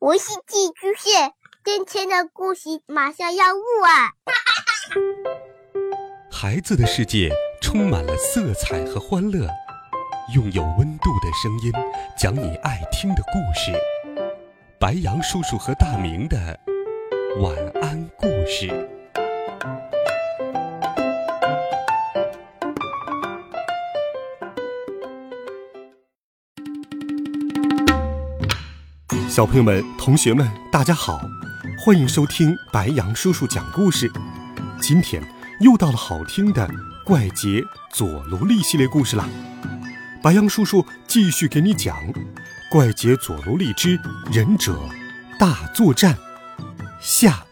我是寄居蟹，今天的故事马上要录啊！ 孩子的世界充满了色彩和欢乐，用有温度的声音讲你爱听的故事。白杨叔叔和大明的晚安故事。小朋友们、同学们，大家好，欢迎收听白杨叔叔讲故事。今天又到了好听的怪杰佐罗利系列故事啦。白杨叔叔继续给你讲怪杰佐罗利之忍者大作战下。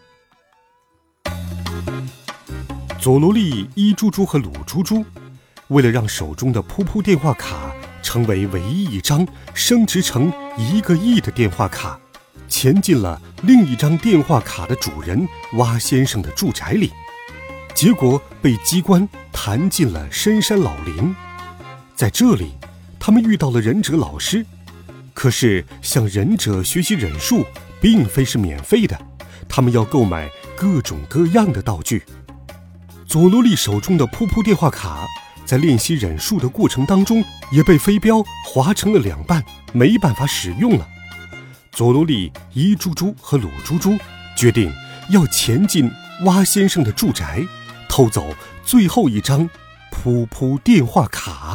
佐罗利、伊猪猪和鲁猪猪为了让手中的噗噗电话卡成为唯一一张升值成1个亿的电话卡，潜进了另一张电话卡的主人蛙先生的住宅里，结果被机关弹进了深山老林。在这里，他们遇到了忍者老师，可是向忍者学习忍术并非是免费的，他们要购买各种各样的道具。佐罗利手中的噗噗电话卡在练习忍术的过程当中也被飞镖划成了2半，没办法使用了。佐罗利、伊猪猪和鲁猪猪决定要潜进蛙先生的住宅，偷走最后一张噗噗电话卡。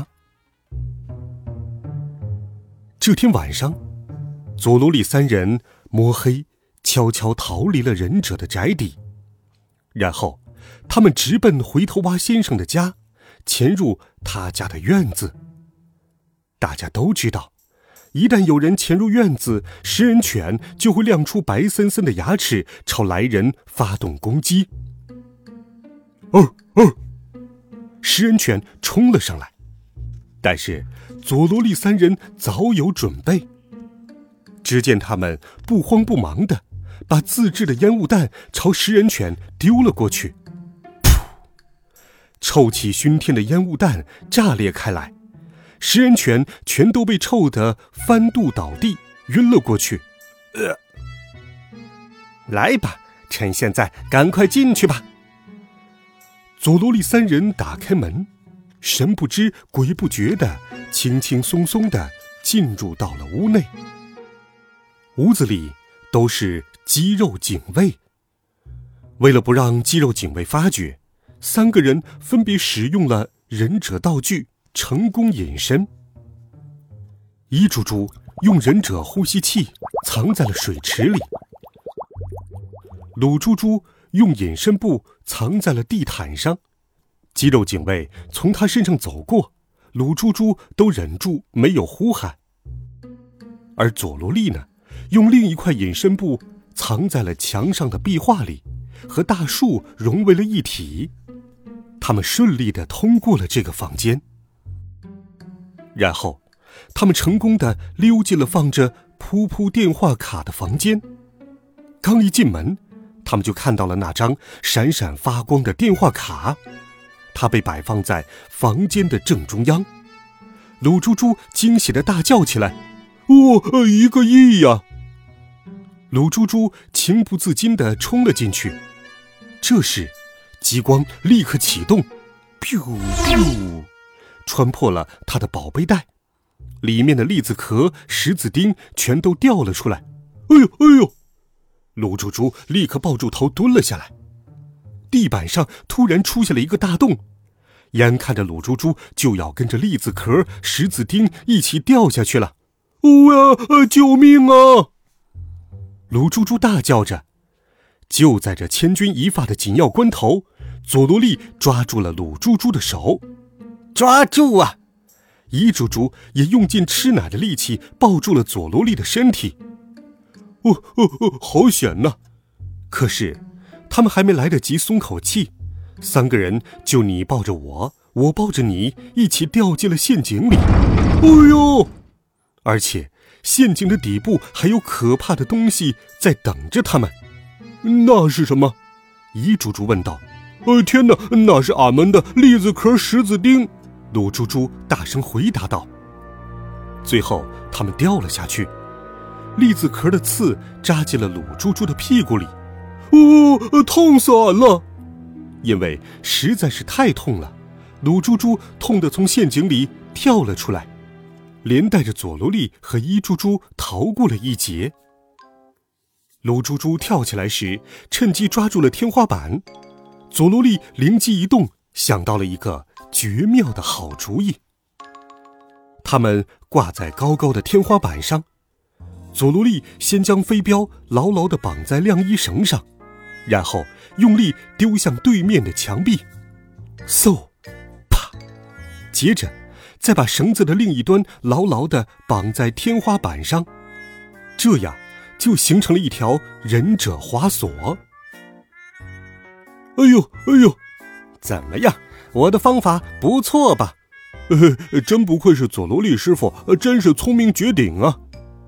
这天晚上，佐罗利3人摸黑悄悄逃离了忍者的宅邸，然后他们直奔回头蛙先生的家，潜入他家的院子。大家都知道，一旦有人潜入院子，食人犬就会亮出白森森的牙齿，朝来人发动攻击。食人犬冲了上来，但是佐罗利3人早有准备。只见他们不慌不忙地把自制的烟雾弹朝食人犬丢了过去。臭气熏天的烟雾弹炸裂开来，食人犬全都被臭得翻肚倒地，晕了过去。来吧，趁现在赶快进去吧。佐罗利3人打开门，神不知鬼不觉地轻轻松松地进入到了屋内。屋子里都是肌肉警卫，为了不让肌肉警卫发觉，3个人分别使用了忍者道具，成功隐身。伊猪猪用忍者呼吸器藏在了水池里，鲁猪猪用隐身布藏在了地毯上。肌肉警卫从他身上走过，鲁猪猪都忍住没有呼喊。而佐罗利呢，用另一块隐身布藏在了墙上的壁画里，和大树融为了一体。他们顺利地通过了这个房间，然后他们成功地溜进了放着噗噗电话卡的房间。刚一进门，他们就看到了那张闪闪发光的电话卡，它被摆放在房间的正中央。鲁猪猪惊喜地大叫起来：1个亿呀！鲁猪猪情不自禁地冲了进去。这时激光立刻启动，穿破了他的宝贝袋，里面的栗子壳、石子钉全都掉了出来。哎呦！鲁猪猪立刻抱住头蹲了下来。地板上突然出现了一个大洞，眼看着鲁猪猪就要跟着栗子壳、石子钉一起掉下去了。救命啊！鲁猪猪大叫着。就在这千钧一发的紧要关头，佐罗利抓住了鲁猪猪的手。抓住啊！伊猪猪也用尽吃奶的力气抱住了佐罗利的身体。好险呐！可是他们还没来得及松口气，3个人就你抱着我，我抱着你，一起掉进了陷阱里。而且陷阱的底部还有可怕的东西在等着他们。那是什么？伊猪猪问道。天哪，那是俺们的栗子壳石子钉！鲁猪猪大声回答道。最后他们掉了下去， 栗子壳的刺扎进了鲁猪猪的屁股里。痛死俺了！因为实在是太痛了，鲁猪猪痛得从陷阱里跳了出来，连带着佐罗利和伊猪猪逃过了一劫。鲁猪猪跳起来时，趁机抓住了天花板。佐罗利灵机一动，想到了一个绝妙的好主意。他们挂在高高的天花板上，佐罗利先将飞镖牢牢地绑在晾衣绳上，然后用力丢向对面的墙壁，嗖，啪！接着再把绳子的另一端牢牢地绑在天花板上，这样就形成了一条忍者滑索。哎呦，怎么样？我的方法不错吧？真不愧是佐罗利师傅，真是聪明绝顶啊！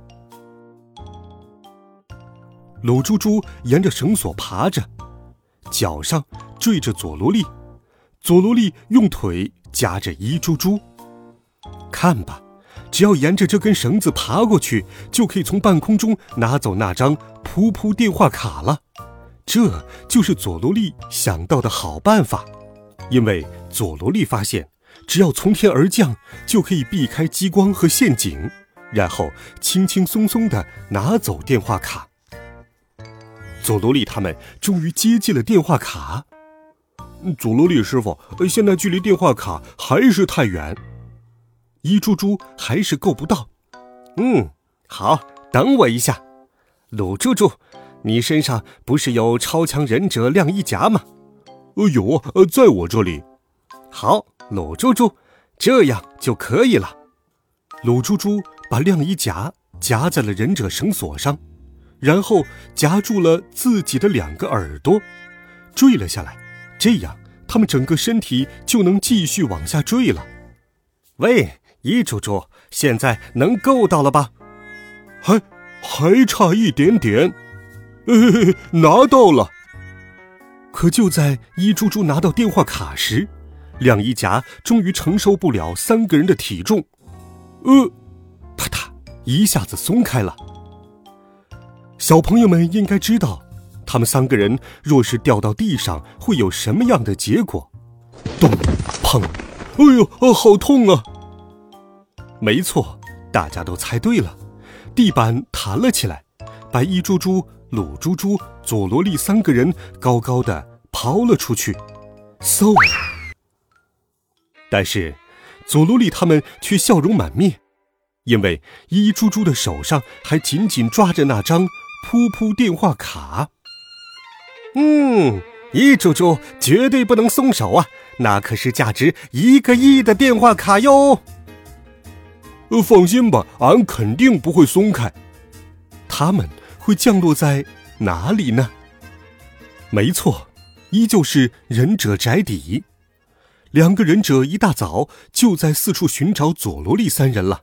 鲁猪猪沿着绳索爬着，脚上坠着佐罗利，佐罗利用腿夹着伊猪猪。看吧，只要沿着这根绳子爬过去，就可以从半空中拿走那张噗噗电话卡了。这就是佐罗利想到的好办法，因为佐罗利发现，只要从天而降，就可以避开激光和陷阱，然后轻轻松松地拿走电话卡。佐罗利他们终于接近了电话卡。佐罗利师傅，现在距离电话卡还是太远。伊猪猪还是够不到。好，等我一下。鲁猪猪，你身上不是有超强忍者晾衣夹吗？有啊，在我这里。好，鲁猪猪，这样就可以了。鲁猪猪把晾衣夹夹在了忍者绳索上，然后夹住了自己的2个耳朵，坠了下来，这样他们整个身体就能继续往下坠了。喂，伊猪猪，现在能够到了吧？还差一点点。拿到了。可就在伊猪猪拿到电话卡时，晾衣夹终于承受不了3个人的体重，啪嗒一下子松开了。小朋友们应该知道，他们3个人若是掉到地上会有什么样的结果。咚，砰，好痛啊！没错，大家都猜对了，地板弹了起来，把伊猪猪、鲁猪猪、佐罗利3个人高高的抛了出去，嗖！但是佐罗利他们却笑容满面，因为伊猪猪的手上还紧紧抓着那张噗噗电话卡。伊猪猪绝对不能松手啊，那可是价值1个亿的电话卡哟。放心吧，俺肯定不会松开。他们会降落在哪里呢？没错，依旧是忍者宅邸。2个忍者一大早就在四处寻找佐罗利3人了。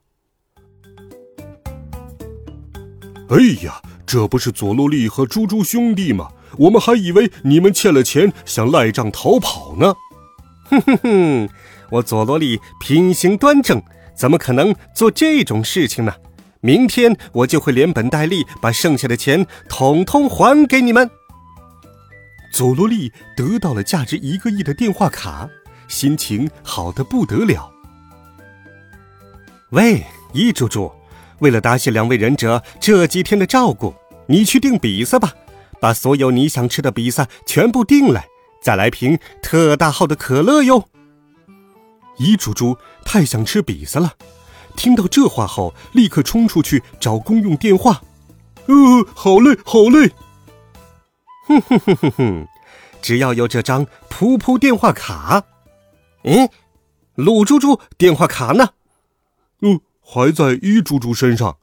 哎呀，这不是佐罗利和猪猪兄弟吗？我们还以为你们欠了钱想赖账逃跑呢。我佐罗利品行端正，怎么可能做这种事情呢？明天我就会连本带利把剩下的钱统统还给你们。佐罗利得到了价值1个亿的电话卡，心情好得不得了。喂，伊猪猪，为了答谢2位忍者这几天的照顾，你去订比萨吧，把所有你想吃的比萨全部订来，再来瓶特大号的可乐哟。伊猪猪太想吃比萨了，听到这话后立刻冲出去找公用电话。好嘞。只要有这张噗噗电话卡。鲁猪猪电话卡呢？还在伊猪猪身上。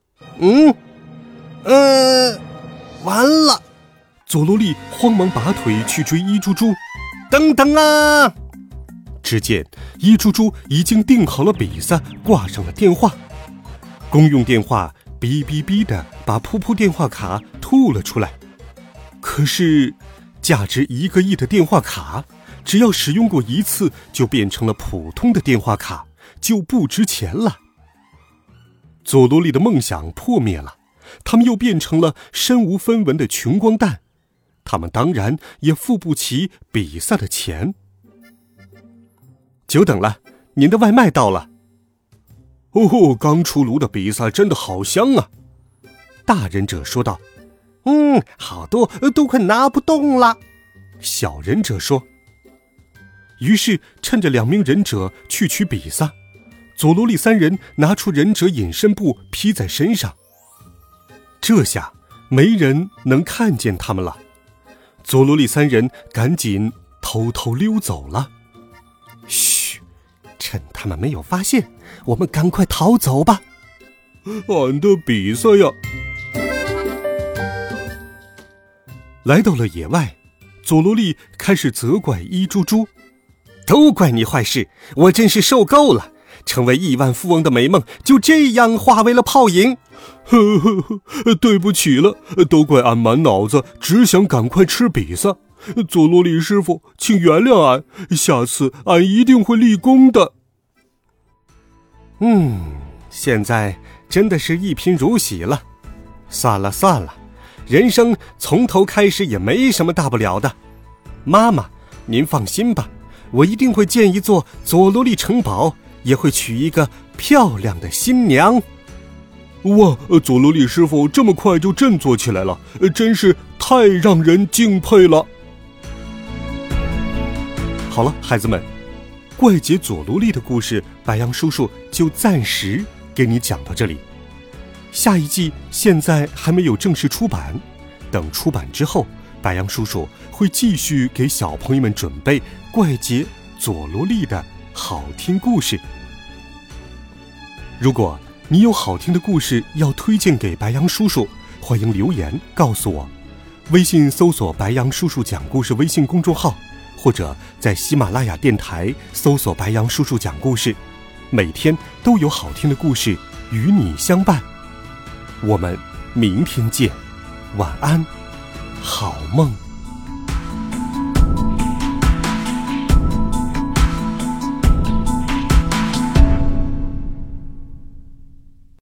完了！佐罗利慌忙拔腿去追伊猪猪。等等啊！只见伊猪猪已经订好了比萨，挂上了电话。公用电话哔哔哔地把噗噗电话卡吐了出来。可是价值1个亿的电话卡，只要使用过1次就变成了普通的电话卡，就不值钱了。佐罗利的梦想破灭了， 他们又变成了身无分文的穷光蛋，他们当然也付不起比赛的钱。久等了，您的外卖到了。哦，刚出炉的比赛真的好香啊！大忍者说道。好多都快拿不动了。小忍者说。于是趁着2名忍者去取比萨，佐罗利3人拿出忍者隐身布披在身上。这下没人能看见他们了。佐罗利3人赶紧偷偷溜走了。嘘，趁他们没有发现，我们赶快逃走吧。俺的比赛呀！来到了野外，佐罗利开始责怪伊猪猪。都怪你坏事，我真是受够了，成为亿万富翁的美梦就这样化为了泡影。对不起了，都怪俺满脑子只想赶快吃比萨。佐罗利师傅，请原谅俺，下次俺一定会立功的。现在真的是一贫如洗了。算了，人生从头开始也没什么大不了的。妈妈，您放心吧，我一定会建一座佐罗利城堡，也会娶一个漂亮的新娘。哇，佐罗利师傅这么快就振作起来了，真是太让人敬佩了。好了，孩子们，怪杰佐罗利的故事，白杨叔叔就暂时给你讲到这里。下一季现在还没有正式出版，等出版之后，白杨叔叔会继续给小朋友们准备怪杰佐罗利的好听故事。如果你有好听的故事要推荐给白杨叔叔，欢迎留言告诉我。微信搜索白杨叔叔讲故事微信公众号，或者在喜马拉雅电台搜索白杨叔叔讲故事，每天都有好听的故事与你相伴。我们明天见，晚安，好梦。